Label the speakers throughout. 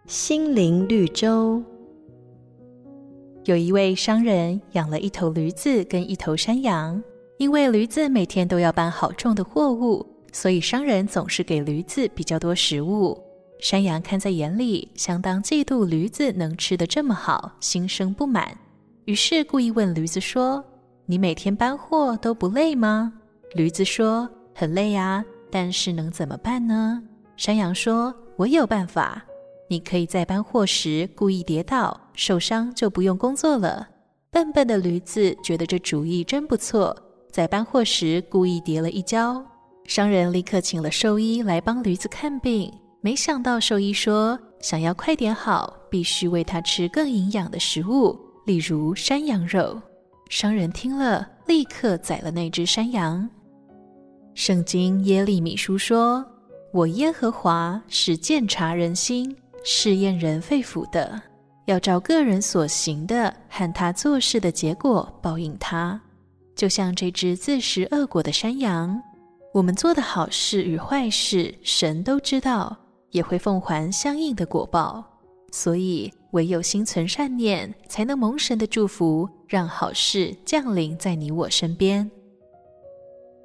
Speaker 1: 心灵绿洲。
Speaker 2: 有一位商人养了一头驴子跟一头山羊，因为驴子每天都要搬好重的货物，所以商人总是给驴子比较多食物。山羊看在眼里，相当嫉妒驴子能吃得这么好，心生不满，于是故意问驴子说：你每天搬货都不累吗？驴子说：很累啊，但是能怎么办呢？山羊说：我有办法，你可以在搬货时故意跌倒，受伤就不用工作了。笨笨的驴子觉得这主意真不错，在搬货时故意跌了一跤。商人立刻请了兽医来帮驴子看病，没想到兽医说，想要快点好，必须喂它吃更营养的食物，例如山羊肉。商人听了，立刻宰了那只山羊。圣经耶利米书说：我耶和华是鉴察人心，试验人肺腑的，要照个人所行的和他做事的结果报应他。就像这只自食恶果的山羊，我们做的好事与坏事，神都知道，也会奉还相应的果报。所以唯有心存善念，才能蒙神的祝福，让好事降临在你我身边。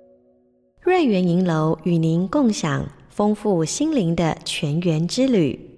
Speaker 1: 瑞园银楼与您共享丰富心灵的全员之旅。